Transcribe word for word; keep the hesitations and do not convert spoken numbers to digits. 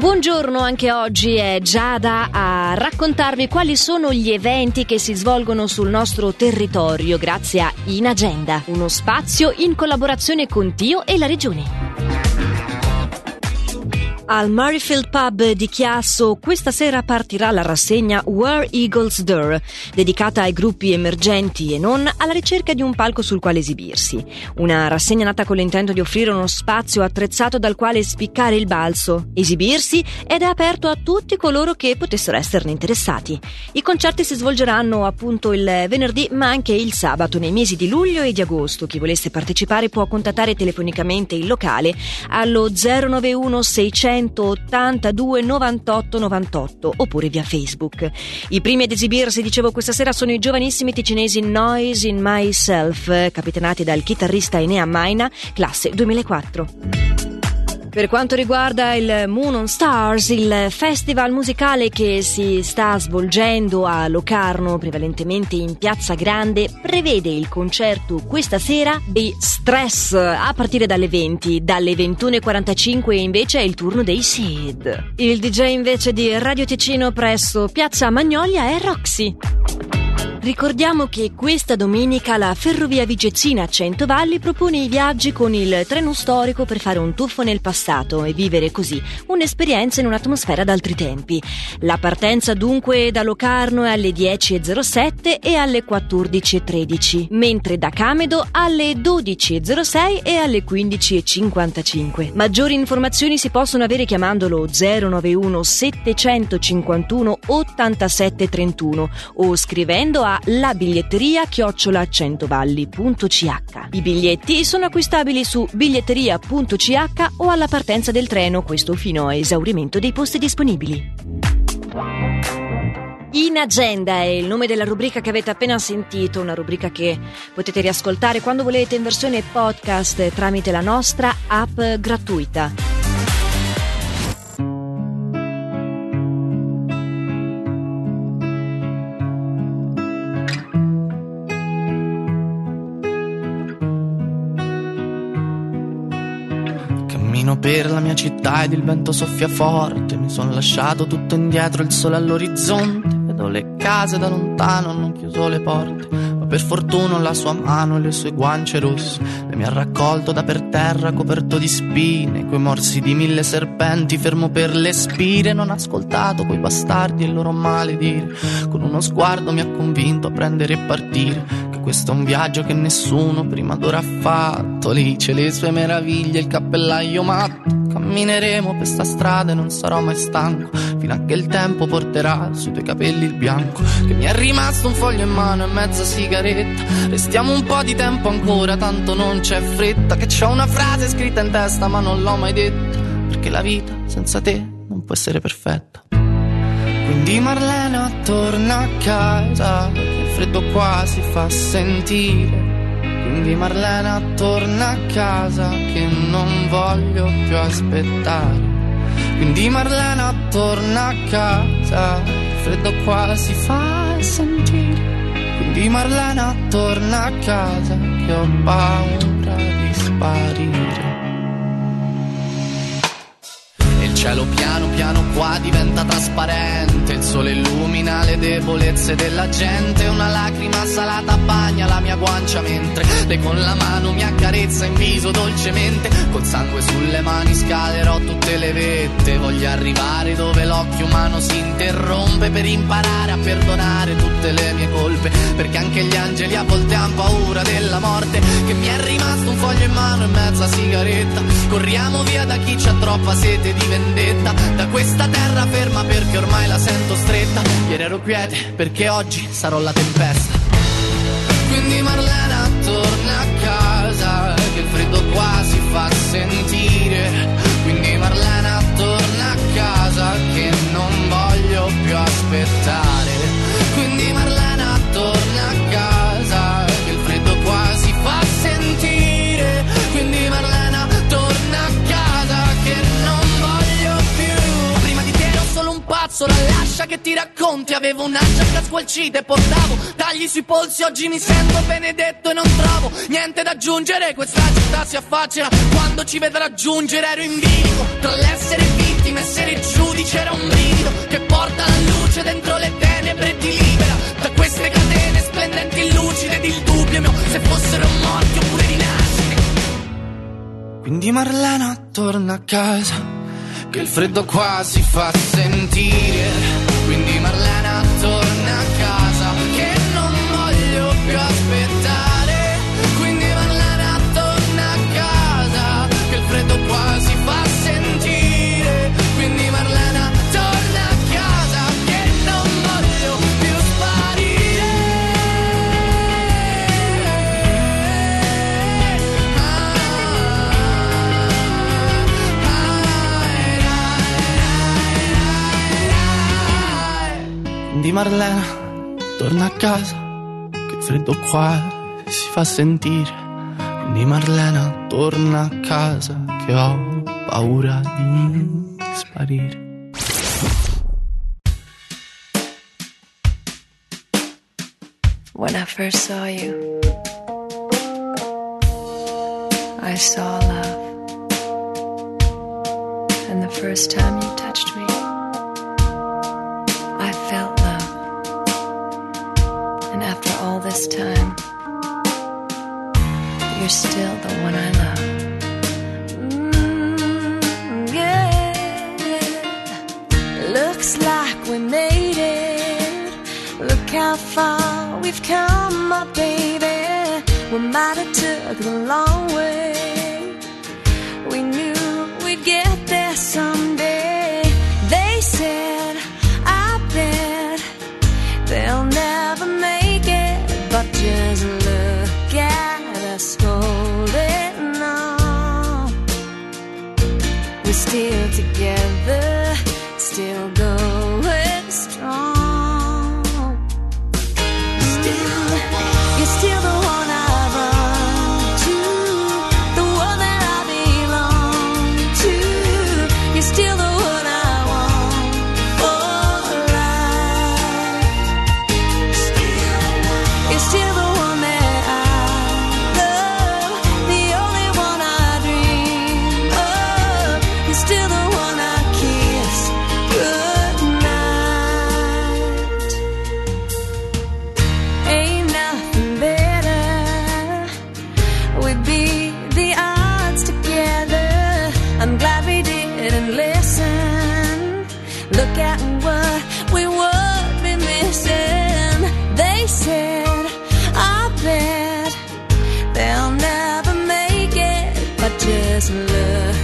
Buongiorno, anche oggi è Giada a raccontarvi quali sono gli eventi che si svolgono sul nostro territorio grazie a In Agenda, uno spazio in collaborazione con Tio e la Regione. Al Murrayfield Pub di Chiasso questa sera partirà la rassegna Where Eagles Dare, dedicata ai gruppi emergenti e non, alla ricerca di un palco sul quale esibirsi. Una rassegna nata con l'intento di offrire uno spazio attrezzato dal quale spiccare il balzo, esibirsi, ed è aperto a tutti coloro che potessero esserne interessati. I concerti si svolgeranno appunto il venerdì ma anche il sabato nei mesi di luglio e di agosto. Chi volesse partecipare può contattare telefonicamente il locale allo zero nove uno seicento ottantadue novantotto novantotto oppure via Facebook. I primi ad esibirsi, dicevo, questa sera sono i giovanissimi ticinesi Noise in Myself, capitanati dal chitarrista Enea Maina, classe duemilaquattro. Per quanto riguarda il Moon on Stars, il festival musicale che si sta svolgendo a Locarno, prevalentemente in Piazza Grande, prevede il concerto questa sera dei Stress a partire dalle venti. Dalle ventuno e quarantacinque invece è il turno dei Seed. Il D J invece di Radio Ticino presso Piazza Magnolia è Roxy. Ricordiamo che questa domenica la Ferrovia Vigezzina Centovalli propone i viaggi con il treno storico per fare un tuffo nel passato e vivere così un'esperienza in un'atmosfera d'altri tempi. La partenza dunque da Locarno è alle dieci e zero sette e alle quattordici e tredici, mentre da Camedo alle dodici e zero sei e alle quindici e cinquantacinque. Maggiori informazioni si possono avere chiamandolo zero nove uno settecentocinquantuno ottantasette trentuno o scrivendo a la biglietteria chiocciola centovalli punto c h. I biglietti sono acquistabili su biglietteria punto c h o alla partenza del treno, questo fino a esaurimento dei posti disponibili. In Agenda è il nome della rubrica che avete appena sentito, una rubrica che potete riascoltare quando volete in versione podcast tramite la nostra app gratuita. Cammino per la mia città ed il vento soffia forte. Mi son lasciato tutto indietro, il sole all'orizzonte. Vedo le case da lontano, hanno chiuso le porte, ma per fortuna la sua mano e le sue guance rosse. E mi ha raccolto da per terra coperto di spine, coi morsi di mille serpenti, fermo per le spire. Non ho ascoltato quei bastardi e il loro maledire. Con uno sguardo mi ha convinto a prendere e partire, che questo è un viaggio che nessuno prima d'ora ha fatto. Lì c'è le sue meraviglie, il cappellaio matto. Cammineremo per sta strada e non sarò mai stanco, fino a che il tempo porterà sui tuoi capelli il bianco. Che mi è rimasto un foglio in mano e mezza sigaretta. Restiamo un po' di tempo ancora, tanto non c'è fretta. Che c'ho una frase scritta in testa ma non l'ho mai detta, perché la vita senza te non può essere perfetta. Quindi Marlena torna a casa, che il freddo qua si fa sentire. Quindi Marlena torna a casa, che non voglio più aspettare. Quindi Marlena torna a casa, il freddo qua si fa sentire. Quindi Marlena torna a casa, che ho paura di sparire. Il cielo piano piano qua diventa trasparente, il sole illumina le debolezze della gente. Una lacrima salata bagna la mia guancia mentre lei con la mano mi accarezza in viso dolcemente. Col sangue sulle mani scalerò tutte le vette, voglio arrivare dove l'occhio umano si interrompe, per imparare a perdonare tutte le mie colpe, perché anche gli angeli a volte han paura della morte. Che mi è rimasto un foglio in mano e mezza sigaretta, corriamo via da chi c'ha troppa sete di vendetta, da questa terra ferma perché ormai la sento stretta. Ieri ero quiete perché oggi sarò la tempesta. Quindi Marlena torna a casa, che il freddo qua si fa sentire. Quindi Marlena torna a casa, che non voglio più aspettare. Quindi Marlena torna a casa, che il freddo qua si fa sentire. Quindi Marlena torna a casa, che non voglio più. Prima di te ero solo un pazzo spazzola, lascia che ti racconti. Avevo una giacca squalcita e portavo tagli sui polsi. Oggi mi sento benedetto e non trovo niente da aggiungere. Questa città si affaccia quando ci vedo raggiungere. Ero in bilico tra l'essere vittima e essere giudice. Era un brivido che porta la luce dentro le tenebre e ti libera da queste catene splendenti, lucide ed il dubbio mio se fossero morti oppure rinascite. Quindi Marlena torna a casa, che il freddo qua si fa sentire. Quindi Marlena torna a casa, che non voglio più aspettare. Quindi Marlena torna a casa, che il freddo qua si fa sentire. Quindi Marlena torna a casa, che non voglio più sparire. Quindi Marlena torna a casa, che il freddo qua si fa sentire. Quindi Marlena torna a casa, che ho paura di sparire. When I first saw you, I saw love. And the first time you touched me, I felt love. And after all this time, you're still the one I love. Mm, yeah. Looks like we made it. Look how far we've come, my baby. We might have took the long way. We knew we'd get there someday. They said, I bet they'll never make it, but just look at us holding on. We're still together, still going